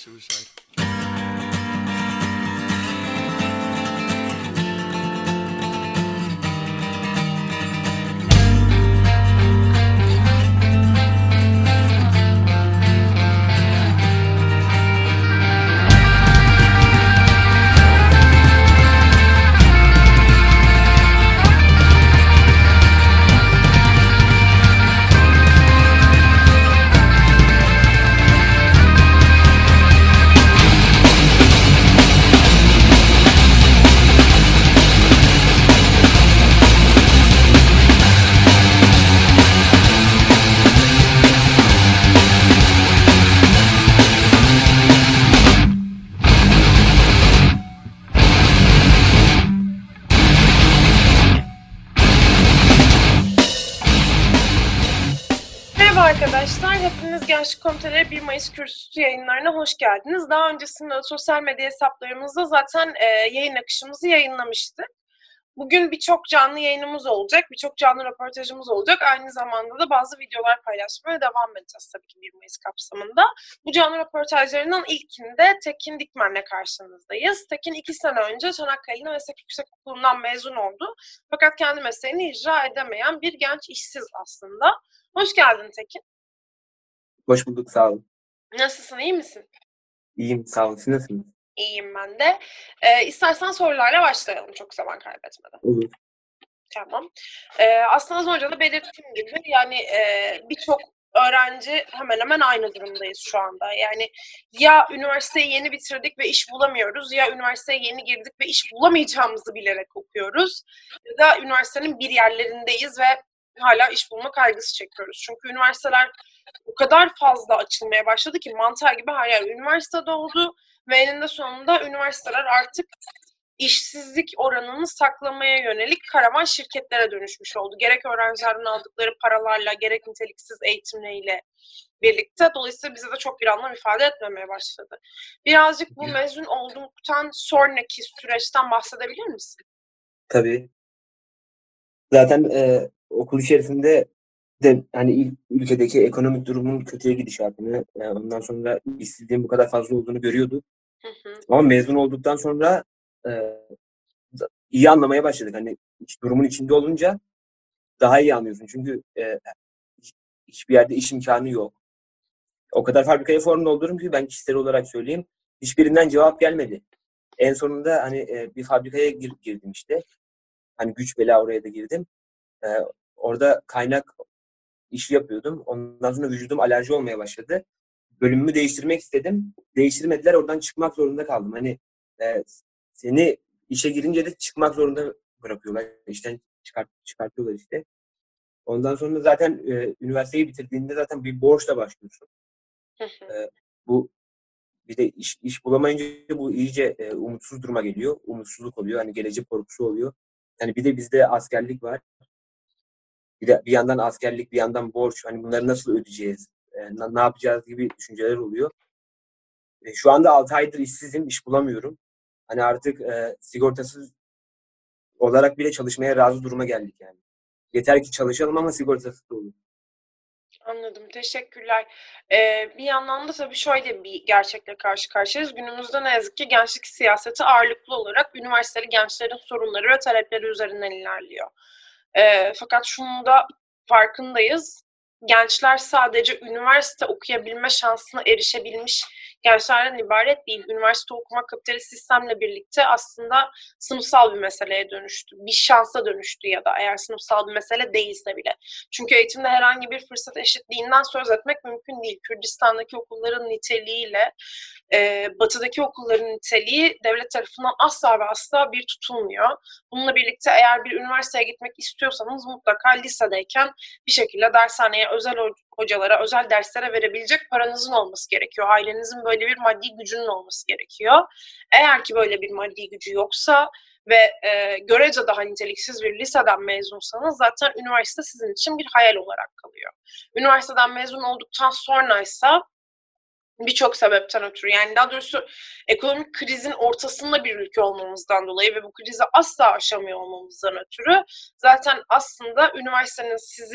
suicide. Merhaba arkadaşlar, hepiniz Gençlik Komiteleri 1 Mayıs Kürsüsü yayınlarına hoş geldiniz. Daha öncesinde sosyal medya hesaplarımızda zaten yayın akışımızı yayınlamıştık. Bugün birçok canlı yayınımız olacak, birçok canlı röportajımız olacak. Aynı zamanda da bazı videolar paylaşmaya devam edeceğiz tabii ki 1 Mayıs kapsamında. Bu canlı röportajlarından ilkinde Tekin Dikmen'le karşınızdayız. Tekin 2 sene önce Çanakkale Meslek Yüksekokulu'ndan mezun oldu. Fakat kendi mesleğini icra edemeyen bir genç işsiz aslında. Hoş geldin Tekin. Hoş bulduk, sağ olun. Nasılsın, iyi misin? İyiyim, sağ olun. Siz nasılsınız? İyiyim ben de. İstersen sorularla başlayalım çok zaman kaybetmeden. Olur. Tamam. Aslında az önce de belirttiğim gibi yani birçok öğrenci hemen hemen aynı durumdayız şu anda. Yani ya üniversiteyi yeni bitirdik ve iş bulamıyoruz ya üniversiteye yeni girdik ve iş bulamayacağımızı bilerek okuyoruz. Ya da üniversitenin bir yerlerindeyiz ve hala iş bulma kaygısı çekiyoruz. Çünkü üniversiteler o kadar fazla açılmaya başladı ki mantar gibi her yer üniversitede oldu ve eninde sonunda üniversiteler artık işsizlik oranını saklamaya yönelik karavan şirketlere dönüşmüş oldu. Gerek öğrencilerin aldıkları paralarla, gerek niteliksiz eğitimleriyle birlikte. Dolayısıyla bize de çok bir anlam ifade etmemeye başladı. Birazcık bu mezun olduktan sonraki süreçten bahsedebilir misin? Tabii. Zaten okul içerisinde de hani ülkedeki ekonomik durumun kötüye gidişatını, ondan sonra işsizliğin bu kadar fazla olduğunu görüyorduk. Ama mezun olduktan sonra iyi anlamaya başladık. Hani durumun içinde olunca daha iyi anlıyorsun. Çünkü hiçbir yerde iş imkanı yok. O kadar fabrikaya form doldururum ki ben kişisel olarak söyleyeyim. Hiçbirinden cevap gelmedi. En sonunda hani bir fabrikaya girdim işte. Hani güç bela oraya da girdim. Orada kaynak işi yapıyordum. Ondan sonra vücudum alerji olmaya başladı. Bölümümü değiştirmek istedim. Değiştirmediler. Oradan çıkmak zorunda kaldım. Hani seni işe girince de çıkmak zorunda bırakıyorlar. İşten çıkartıyorlar işte. Ondan sonra zaten üniversiteyi bitirdiğinde zaten bir borçla başlıyorsun. Bu bir de iş bulamayınca bu iyice umutsuz duruma geliyor. Umutsuzluk oluyor. Hani gelecek korkusu oluyor. Yani bir de bizde askerlik var. Bir yandan askerlik, bir yandan borç. Hani bunları nasıl ödeyeceğiz? Ne yapacağız gibi düşünceler oluyor. Şu anda 6 aydır işsizim, iş bulamıyorum. Hani artık sigortasız olarak bile çalışmaya razı duruma geldik yani. Yeter ki çalışalım ama sigortasız da olur. Anladım, teşekkürler. Bir yandan da tabii şöyle bir gerçekle karşı karşıyayız. Günümüzde ne yazık ki gençlik siyaseti ağırlıklı olarak üniversiteli gençlerin sorunları ve talepleri üzerinden ilerliyor. Fakat şunu da farkındayız. Gençler sadece üniversite okuyabilme şansına erişebilmiş gençlerden ibaret değil. Üniversite okumak kapitalist sistemle birlikte aslında sınıfsal bir meseleye dönüştü. Bir şansa dönüştü ya da eğer sınıfsal bir mesele değilse bile. Çünkü eğitimde herhangi bir fırsat eşitliğinden söz etmek mümkün değil. Kürdistan'daki okulların niteliğiyle batıdaki okulların niteliği devlet tarafından asla ve asla bir tutulmuyor. Bununla birlikte eğer bir üniversiteye gitmek istiyorsanız mutlaka lisedeyken bir şekilde dershaneye, özel hocalara, özel derslere verebilecek paranızın olması gerekiyor. Ailenizin böyle bir maddi gücünün olması gerekiyor. Eğer ki böyle bir maddi gücü yoksa ve görece daha niteliksiz bir liseden mezunsanız zaten üniversite sizin için bir hayal olarak kalıyor. Üniversiteden mezun olduktan sonraysa birçok sebepten ötürü yani daha doğrusu ekonomik krizin ortasında bir ülke olmamızdan dolayı ve bu krizi asla aşamıyor olmamızdan ötürü zaten aslında üniversitenin sizi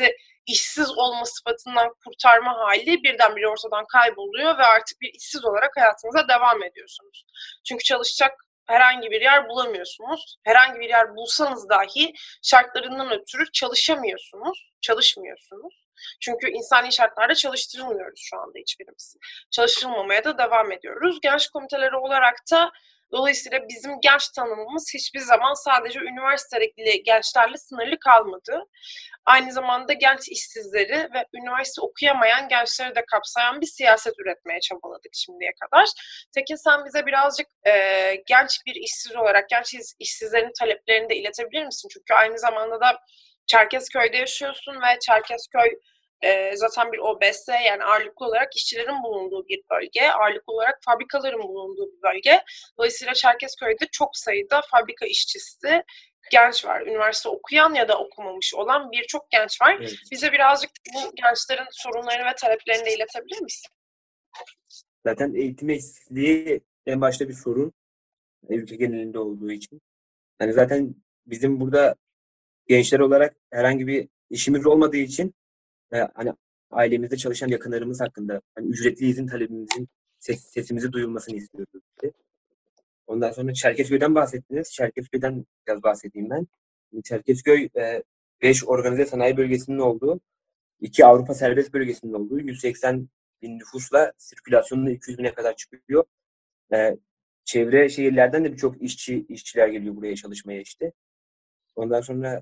işsiz olma sıfatından kurtarma hali birdenbire ortadan kayboluyor ve artık bir işsiz olarak hayatınıza devam ediyorsunuz. Çünkü çalışacak herhangi bir yer bulamıyorsunuz. Herhangi bir yer bulsanız dahi şartlarından ötürü çalışmıyorsunuz. Çünkü insani şartlarda çalıştırılmıyoruz şu anda hiçbirimiz. Çalıştırılmamaya da devam ediyoruz. Genç komiteleri olarak da dolayısıyla bizim genç tanımımız hiçbir zaman sadece üniversitedeki gençlerle sınırlı kalmadı. Aynı zamanda genç işsizleri ve üniversite okuyamayan gençleri de kapsayan bir siyaset üretmeye çabaladık şimdiye kadar. Tekin, sen bize birazcık genç bir işsiz olarak genç işsizlerin taleplerini de iletebilir misin? Çünkü aynı zamanda da Çerkezköy'de yaşıyorsun ve Çerkezköy zaten bir OBS, yani ağırlıklı olarak işçilerin bulunduğu bir bölge, ağırlıklı olarak fabrikaların bulunduğu bir bölge. Dolayısıyla Çerkezköy'de çok sayıda fabrika işçisi, genç var. Üniversite okuyan ya da okumamış olan birçok genç var. Evet. Bize birazcık bu gençlerin sorunlarını ve taleplerini de iletebilir misin? Zaten eğitim eksikliği en başta bir sorun. Ülke genelinde olduğu için. Yani zaten bizim burada gençler olarak herhangi bir işimiz olmadığı için hani ailemizde çalışan yakınlarımız hakkında hani ücretli izin talebimizin sesimizi duyulmasını istiyoruz. Ondan sonra Çerkezköy'den bahsettiniz. Çerkezköy'den biraz bahsedeyim ben. Çerkezköy 5 organize sanayi bölgesinin olduğu, 2 Avrupa serbest bölgesinin olduğu, 180 bin nüfusla sirkülasyonunda 200 bine kadar çıkıyor. Çevre şehirlerden de birçok işçiler geliyor buraya çalışmaya işte. Ondan sonra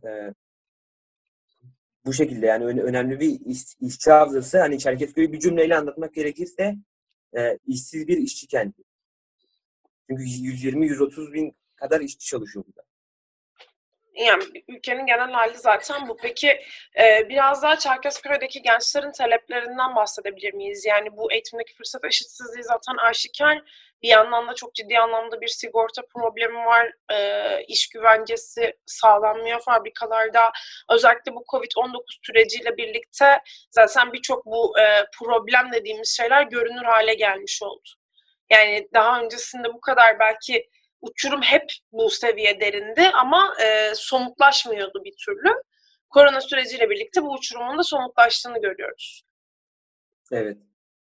bu şekilde yani önemli bir işçi havzası. Hani Çerkezköy'ü bir cümleyle anlatmak gerekirse işsiz bir işçi kenti. Çünkü 120-130 bin kadar işçi çalışıyor burada. Yani ülkenin genel hali zaten bu. Peki biraz daha Çerkezköy'deki gençlerin taleplerinden bahsedebilir miyiz? Yani bu eğitimdeki fırsat eşitsizliği zaten aşikar. Bir yandan da çok ciddi anlamda bir sigorta problemi var. İş güvencesi sağlanmıyor fabrikalarda. Özellikle bu Covid-19 süreciyle birlikte zaten birçok bu problem dediğimiz şeyler görünür hale gelmiş oldu. Yani daha öncesinde bu kadar belki uçurum hep bu seviye derindi ama somutlaşmıyordu bir türlü. Korona süreciyle birlikte bu uçurumun da somutlaştığını görüyoruz. Evet.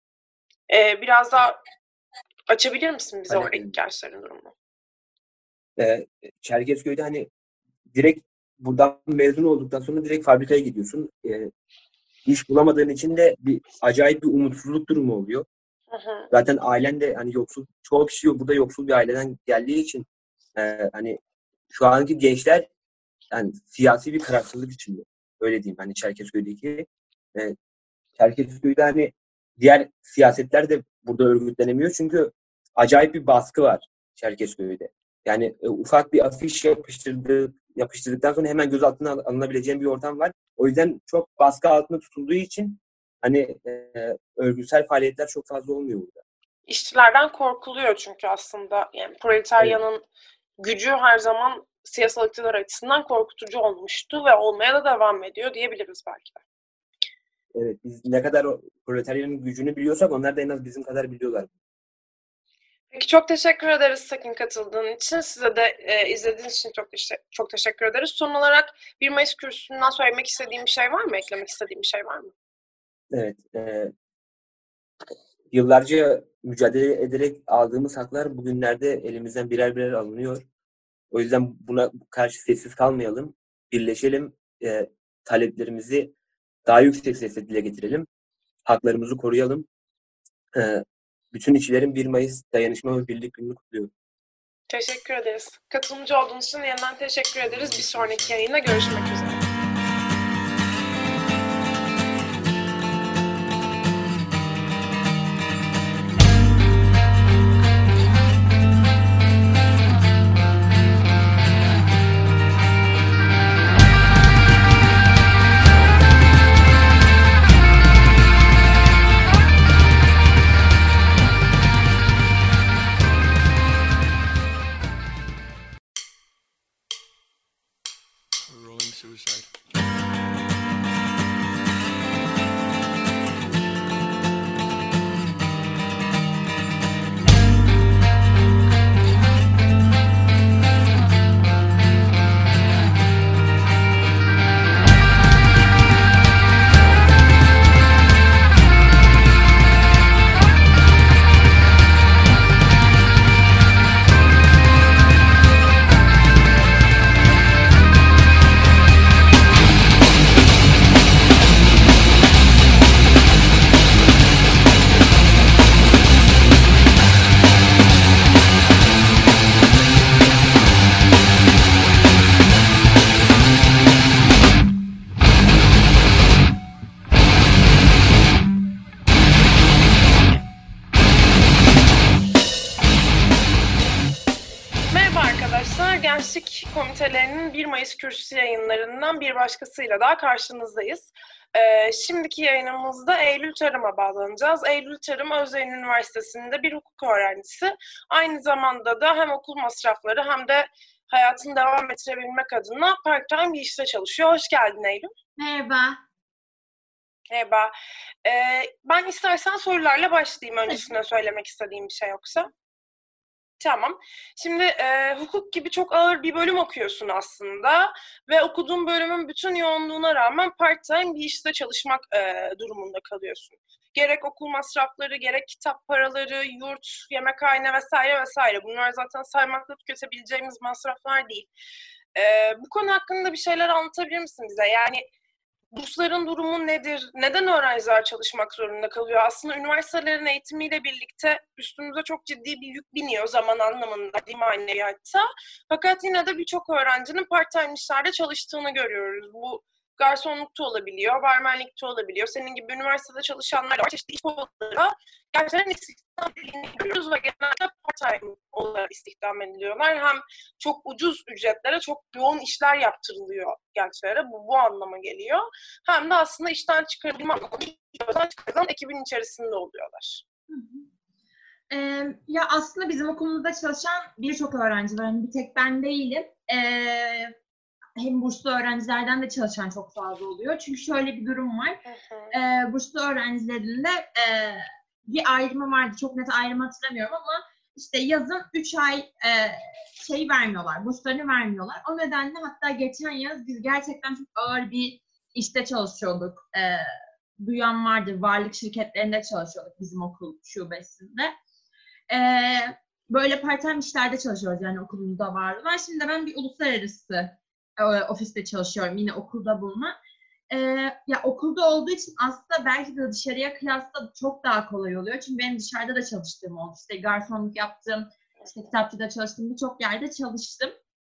Biraz daha açabilir misin bize Hani, oradaki gençlerin durumunu? Çerkezköy'de hani direkt buradan mezun olduktan sonra direkt fabrikaya gidiyorsun. İş bulamadığın için de acayip bir umutsuzluk durumu oluyor. Hı. Zaten ailen de hani yoksul, çoğu kişi burada yoksul bir aileden geldiği için hani şu anki gençler yani siyasi bir kararsızlık içinde. Öyle diyeyim hani Çerkezköy'deki. Çerkezköy'de hani diğer siyasetler de burada örgütlenemiyor. Çünkü acayip bir baskı var Çerkezköy'de. Yani ufak bir afiş yapıştırdıktan sonra hemen gözaltına alınabileceğin bir ortam var. O yüzden çok baskı altında tutulduğu için hani örgütsel faaliyetler çok fazla olmuyor burada. İşçilerden korkuluyor çünkü aslında. Yani proletaryanın gücü her zaman siyasal iktidar açısından korkutucu olmuştu ve olmaya da devam ediyor diyebiliriz belki de. Evet, biz ne kadar proletaryanın gücünü biliyorsak onlar da en az bizim kadar biliyorlar. Peki, çok teşekkür ederiz Sakin katıldığın için. Size de izlediğiniz için çok teşekkür ederiz. Son olarak 1 Mayıs kürsüsünden söylemek istediğim bir şey var mı? Eklemek istediğim bir şey var mı? Evet. Yıllarca mücadele ederek aldığımız haklar bugünlerde elimizden birer birer alınıyor. O yüzden buna karşı sessiz kalmayalım. Birleşelim. Taleplerimizi daha yüksek sesle dile getirelim. Haklarımızı koruyalım. Bütün işçilerin 1 Mayıs Dayanışma ve Birlik Günü'nü kutluyorum. Teşekkür ederiz. Katılımcı olduğunuz için yeniden teşekkür ederiz. Bir sonraki yayında görüşmek üzere. Rolling suicide. Gençlik Komitelerinin 1 Mayıs kürsüsü yayınlarından bir başkasıyla daha karşınızdayız. Şimdiki yayınımızda Eylül Tarım'a bağlanacağız. Eylül Tarım Özyeğin Üniversitesi'nde bir hukuk öğrencisi. Aynı zamanda da hem okul masrafları hem de hayatını devam ettirebilmek adına part-time bir işte çalışıyor. Hoş geldin Eylül. Merhaba. Merhaba. Ben istersen sorularla başlayayım öncesinde söylemek istediğim bir şey yoksa. Tamam. Şimdi hukuk gibi çok ağır bir bölüm okuyorsun aslında ve okuduğun bölümün bütün yoğunluğuna rağmen part-time bir işte çalışmak durumunda kalıyorsun. Gerek okul masrafları, gerek kitap paraları, yurt, yemekhane vesaire vesaire. Bunlar zaten saymakla tüketebileceğimiz masraflar değil. Bu konu hakkında bir şeyler anlatabilir misin bize? Yani bursların durumu nedir? Neden öğrenciler çalışmak zorunda kalıyor? Aslında üniversitelerin eğitimiyle birlikte üstümüze çok ciddi bir yük biniyor zaman anlamında, değil mi manevi hatta. Fakat yine de birçok öğrencinin part-time işlerde çalıştığını görüyoruz. Bu garsonlukta olabiliyor, barmenlikte olabiliyor. Senin gibi üniversitede çalışanlar da var. Çeşitli iş kollarında gerçekten istihdam edildiğini görüyoruz ve genelde part-time olarak istihdam ediliyorlar. Hem çok ucuz ücretlere çok yoğun işler yaptırılıyor gençlere. Bu anlama geliyor. Hem de aslında işten çıkarılma anlamında çıkarılan ekibin içerisinde oluyorlar. Ya aslında bizim okulumuzda çalışan birçok öğrenci var. Yani bir tek ben değilim. Hem burslu öğrencilerden de çalışan çok fazla oluyor. Çünkü şöyle bir durum var. Burslu öğrencilerin de bir ayrımı vardı. Çok net ayrımı hatırlamıyorum ama işte yazın 3 ay vermiyorlar. Burslarını vermiyorlar. O nedenle hatta geçen yaz biz gerçekten çok ağır bir işte çalışıyorduk. Duyan vardır. Varlık şirketlerinde çalışıyorduk bizim okul şubesinde. Böyle part-time işlerde çalışıyoruz yani okulumuzda vardılar. Şimdi ben bir uluslararası ofiste çalışıyorum yine okulda bulunan. Ya okulda olduğu için aslında belki de dışarıya kıyasla çok daha kolay oluyor. Çünkü benim dışarıda da çalıştığım oldu. İşte garsonluk yaptım, işte kitapçıda çalıştım, birçok yerde çalıştım.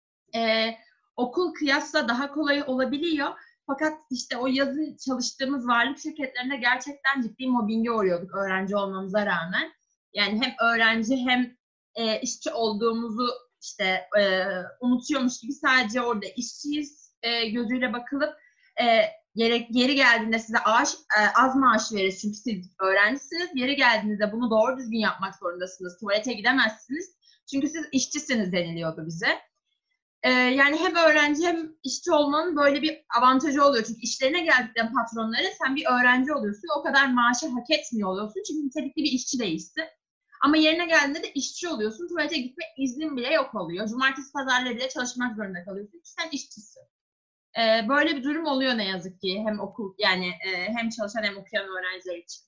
Okul kıyasla daha kolay olabiliyor. Fakat işte o yazın çalıştığımız varlık şirketlerinde gerçekten ciddi mobbinge uğruyorduk öğrenci olmamıza rağmen. Yani hem öğrenci hem işçi olduğumuzu işte unutuyormuş gibi sadece orada işçiyiz gözüyle bakılıp yeri geldiğinde size az maaş veririz çünkü siz öğrencisiniz. Yeri geldiğinizde bunu doğru düzgün yapmak zorundasınız. Tuvalete gidemezsiniz. Çünkü siz işçisiniz deniliyordu bize. Yani hem öğrenci hem işçi olmanın böyle bir avantajı oluyor. Çünkü işlerine geldikten patronları sen bir öğrenci oluyorsun. O kadar maaşı hak etmiyor oluyorsun. Çünkü nitelikli bir işçi değilsin. Ama yerine geldiğinde de işçi oluyorsun. Tuvalete gitme iznin bile yok oluyor. Cumartesi pazarları bile çalışmak zorunda kalıyorsun. Çünkü sen işçisin. Böyle bir durum oluyor ne yazık ki. Hem okul yani hem çalışan hem okuyan öğrenciler için.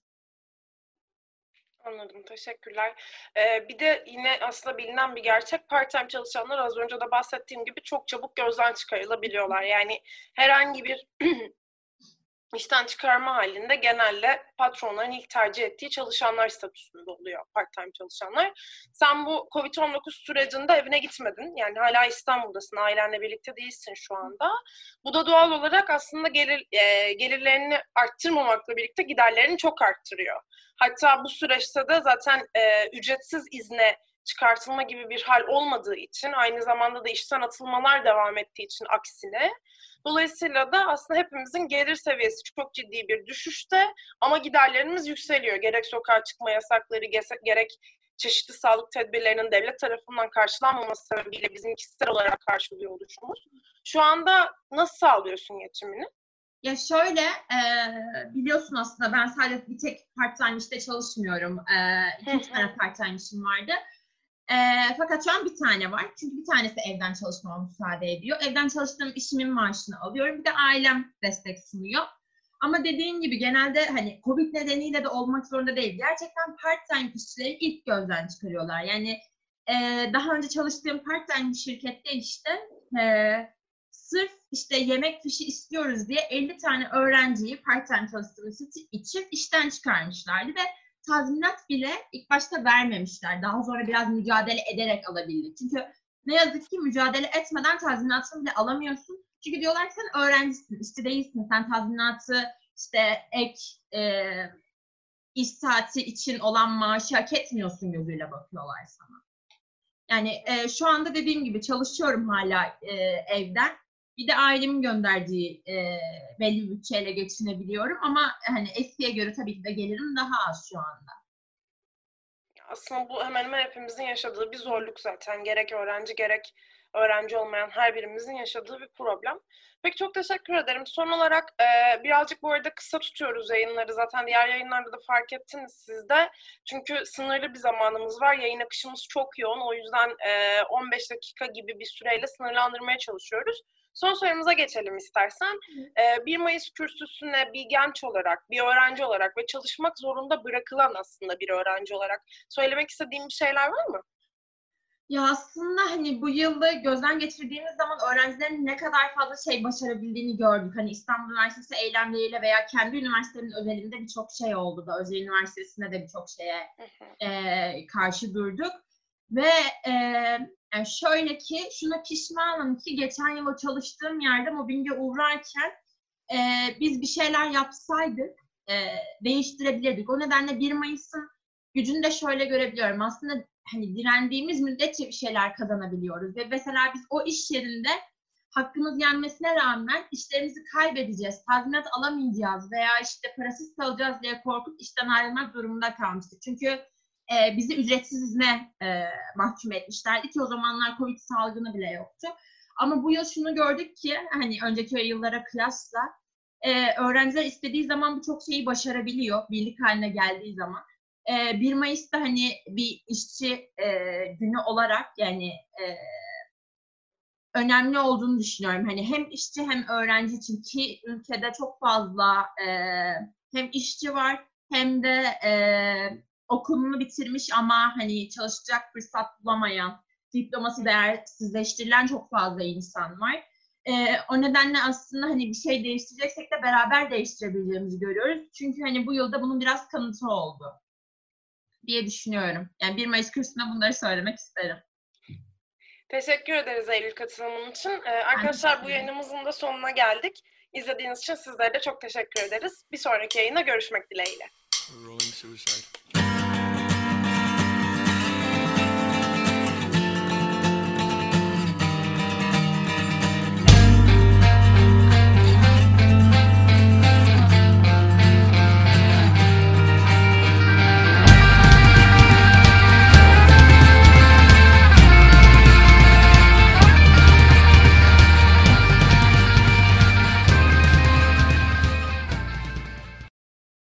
Anladım, teşekkürler. Bir de yine aslında bilinen bir gerçek, part-time çalışanlar az önce de bahsettiğim gibi çok çabuk gözden çıkarılabiliyorlar. Yani herhangi bir işten çıkarma halinde genelde patronların ilk tercih ettiği çalışanlar statüsünde oluyor part-time çalışanlar. Sen bu Covid-19 sürecinde evine gitmedin. Yani hala İstanbul'dasın, ailenle birlikte değilsin şu anda. Bu da doğal olarak aslında gelirlerini arttırmamakla birlikte giderlerini çok arttırıyor. Hatta bu süreçte de zaten ücretsiz izne çıkartılma gibi bir hal olmadığı için, aynı zamanda da işten atılmalar devam ettiği için aksine, dolayısıyla da aslında hepimizin gelir seviyesi çok ciddi bir düşüşte ama giderlerimiz yükseliyor. Gerek sokağa çıkma yasakları, gerek çeşitli sağlık tedbirlerinin devlet tarafından karşılanmaması sebebiyle bizim kişisel olarak karşılıyor oluşumuz. Şu anda nasıl sağlıyorsun geçimini? Ya şöyle, biliyorsun aslında ben sadece bir tek part-time işte çalışmıyorum. İki tane part-time işim vardı. Fakat şu an bir tane var. Çünkü bir tanesi evden çalışmama müsaade ediyor. Evden çalıştığım işimin maaşını alıyorum. Bir de ailem destek sunuyor. Ama dediğin gibi genelde hani Covid nedeniyle de olmak zorunda değil. Gerçekten part-time işçileri ilk gözden çıkarıyorlar. Yani daha önce çalıştığım part-time bir şirkette işte sırf işte yemek fişi istiyoruz diye 50 tane öğrenciyi part-time çalıştırması için işten çıkarmışlardı ve tazminat bile ilk başta vermemişler. Daha sonra biraz mücadele ederek alabildik. Çünkü ne yazık ki mücadele etmeden tazminatını bile alamıyorsun. Çünkü diyorlar ki sen öğrencisin, işçi değilsin. Sen tazminatı işte ek iş saati için olan maaşı hak etmiyorsun gözüyle bakıyorlar sana. Yani şu anda dediğim gibi çalışıyorum hala evden. Bir de ailemin gönderdiği belli bir bütçeyle geçinebiliyorum ama hani eskiye göre tabii ki de gelirim daha az şu anda. Aslında bu hemen hemen hepimizin yaşadığı bir zorluk zaten. Gerek öğrenci gerek öğrenci olmayan her birimizin yaşadığı bir problem. Peki çok teşekkür ederim. Son olarak birazcık bu arada kısa tutuyoruz yayınları. Zaten diğer yayınlarda da fark ettiniz siz de. Çünkü sınırlı bir zamanımız var. Yayın akışımız çok yoğun. O yüzden 15 dakika gibi bir süreyle sınırlandırmaya çalışıyoruz. Son sorumuza geçelim istersen. 1 Mayıs kürsüsüne bir genç olarak, bir öğrenci olarak ve çalışmak zorunda bırakılan aslında bir öğrenci olarak söylemek istediğim bir şeyler var mı? Ya aslında hani bu yılı gözden geçirdiğimiz zaman öğrencilerin ne kadar fazla şey başarabildiğini gördük. Hani İstanbul Üniversitesi eylemleriyle veya kendi üniversitenin özelinde birçok şey oldu da özel üniversitesinde de birçok şeye karşı durduk. Ve yani şöyle ki şuna pişmanım ki geçen yıl o çalıştığım yerde mobbinge uğrarken biz bir şeyler yapsaydık değiştirebilirdik. O nedenle 1 Mayıs'ın gücünü de şöyle görebiliyorum. Aslında hani direndiğimiz müddetçe bir şeyler kazanabiliyoruz. Ve mesela biz o iş yerinde hakkımız yenmesine rağmen işlerimizi kaybedeceğiz, tazminat alamayacağız veya işte parasız kalacağız diye korkup işten ayrılmak durumunda kalmıştık. Çünkü bizi ücretsiz izne mahkum etmişlerdi ki o zamanlar Covid salgını bile yoktu. Ama bu yıl şunu gördük ki hani önceki yıllara kıyasla öğrenciler istediği zaman birçok şeyi başarabiliyor birlik haline geldiği zaman. 1 Mayıs'ta hani bir işçi günü olarak yani önemli olduğunu düşünüyorum. Hani hem işçi hem öğrenci için ki ülkede çok fazla hem işçi var hem de okulunu bitirmiş ama hani çalışacak fırsat bulamayan, diploması değersizleştirilen çok fazla insan var. O nedenle aslında hani bir şey değiştireceksek de beraber değiştirebileceğimizi görüyoruz. Çünkü hani bu yılda bunun biraz kanıtı oldu diye düşünüyorum. Yani 1 Mayıs kürsüsünde bunları söylemek isterim. Teşekkür ederiz Eylül katılımın için. Ben Arkadaşlar teşekkür bu ederim. yayınımızın da sonuna geldik. İzlediğiniz için sizlere de çok teşekkür ederiz. Bir sonraki yayında görüşmek dileğiyle. Rolling Suicide.